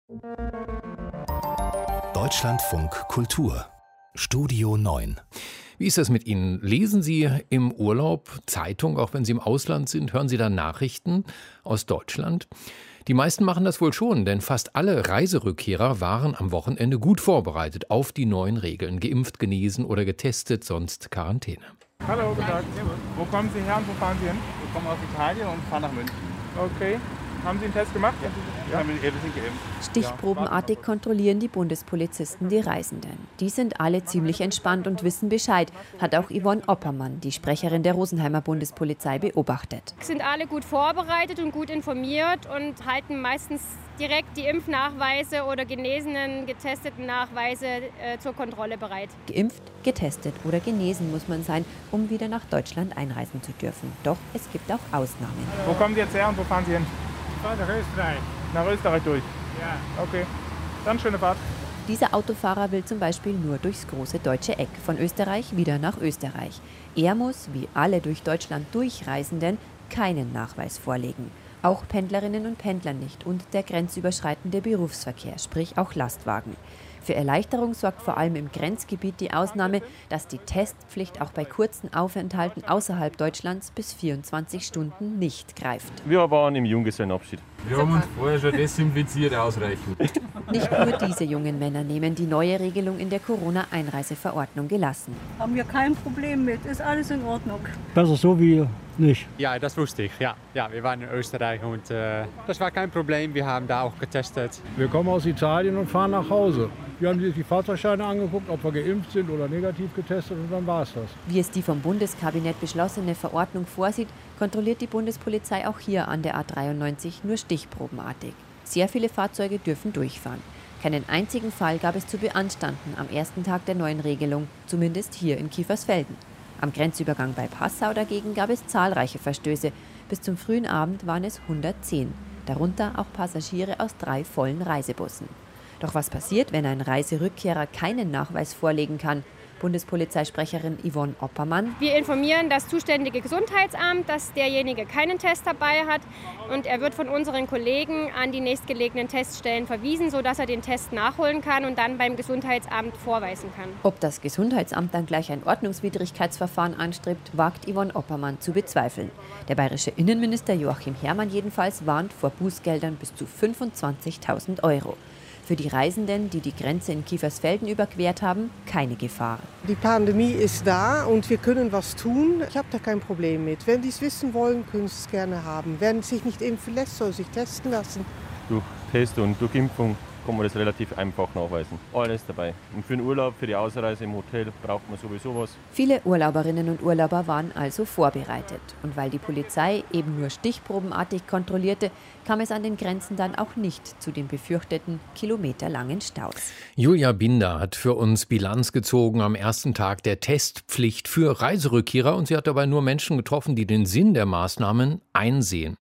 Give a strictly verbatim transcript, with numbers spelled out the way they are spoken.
Deutschlandfunk Kultur Studio neun. Wie ist das mit Ihnen? Lesen Sie im Urlaub Zeitung, auch wenn Sie im Ausland sind? Hören Sie da Nachrichten aus Deutschland? Die meisten machen das wohl schon, denn fast alle Reiserückkehrer waren am Wochenende gut vorbereitet auf die neuen Regeln. Geimpft, genesen oder getestet, sonst Quarantäne. Hallo, guten Tag. Wo kommen Sie her und wo fahren Sie hin? Wir kommen aus Italien und fahren nach München. Okay. Haben Sie einen Test gemacht? Ja, ja. Wir sind geimpft. Stichprobenartig kontrollieren die Bundespolizisten die Reisenden. Die sind alle ziemlich entspannt und wissen Bescheid, hat auch Yvonne Oppermann, die Sprecherin der Rosenheimer Bundespolizei, beobachtet. Sind alle gut vorbereitet und gut informiert und halten meistens direkt die Impfnachweise oder genesenen, getesteten Nachweise äh, zur Kontrolle bereit. Geimpft, getestet oder genesen muss man sein, um wieder nach Deutschland einreisen zu dürfen. Doch es gibt auch Ausnahmen. Wo kommen Sie jetzt her und wo fahren Sie hin? Ich fahre nach Österreich. Nach Österreich durch? Ja. Okay. Dann schöne Fahrt. Dieser Autofahrer will zum Beispiel nur durchs große deutsche Eck, von Österreich wieder nach Österreich. Er muss, wie alle durch Deutschland Durchreisenden, keinen Nachweis vorlegen. Auch Pendlerinnen und Pendler nicht und der grenzüberschreitende Berufsverkehr, sprich auch Lastwagen. Für Erleichterung sorgt vor allem im Grenzgebiet die Ausnahme, dass die Testpflicht auch bei kurzen Aufenthalten außerhalb Deutschlands bis vierundzwanzig Stunden nicht greift. Wir waren im Junggesellenabschied. Wir haben uns vorher schon desinfiziert, ausreichend. Nicht nur diese jungen Männer nehmen die neue Regelung in der Corona-Einreiseverordnung gelassen. Haben wir kein Problem mit, ist alles in Ordnung. Besser so wie nicht. Ja, das wusste ich. Ja, ja, wir waren in Österreich und äh, das war kein Problem. Wir haben da auch getestet. Wir kommen aus Italien und fahren nach Hause. Wir haben sich die Fahrzeugscheine angeguckt, ob wir geimpft sind oder negativ getestet und dann war es das. Wie es die vom Bundeskabinett beschlossene Verordnung vorsieht, kontrolliert die Bundespolizei auch hier an der A dreiundneunzig nur stichprobenartig. Sehr viele Fahrzeuge dürfen durchfahren. Keinen einzigen Fall gab es zu beanstanden am ersten Tag der neuen Regelung, zumindest hier in Kiefersfelden. Am Grenzübergang bei Passau dagegen gab es zahlreiche Verstöße. Bis zum frühen Abend waren es hundertzehn, darunter auch Passagiere aus drei vollen Reisebussen. Doch was passiert, wenn ein Reiserückkehrer keinen Nachweis vorlegen kann? Bundespolizeisprecherin Yvonne Oppermann. Wir informieren das zuständige Gesundheitsamt, dass derjenige keinen Test dabei hat und er wird von unseren Kollegen an die nächstgelegenen Teststellen verwiesen, sodass er den Test nachholen kann und dann beim Gesundheitsamt vorweisen kann. Ob das Gesundheitsamt dann gleich ein Ordnungswidrigkeitsverfahren anstrebt, wagt Yvonne Oppermann zu bezweifeln. Der bayerische Innenminister Joachim Herrmann jedenfalls warnt vor Bußgeldern bis zu fünfundzwanzigtausend Euro. Für die Reisenden, die die Grenze in Kiefersfelden überquert haben, keine Gefahr. Die Pandemie ist da und wir können was tun. Ich habe da kein Problem mit. Wenn die es wissen wollen, können sie es gerne haben. Wer sich nicht impfen lässt, soll sich testen lassen. Durch Test und durch Impfung kann man das relativ einfach nachweisen. Alles dabei. Und für den Urlaub, für die Ausreise im Hotel braucht man sowieso was. Viele Urlauberinnen und Urlauber waren also vorbereitet. Und weil die Polizei eben nur stichprobenartig kontrollierte, kam es an den Grenzen dann auch nicht zu den befürchteten kilometerlangen Staus. Julia Binder hat für uns Bilanz gezogen am ersten Tag der Testpflicht für Reiserückkehrer und sie hat dabei nur Menschen getroffen, die den Sinn der Maßnahmen einsehen.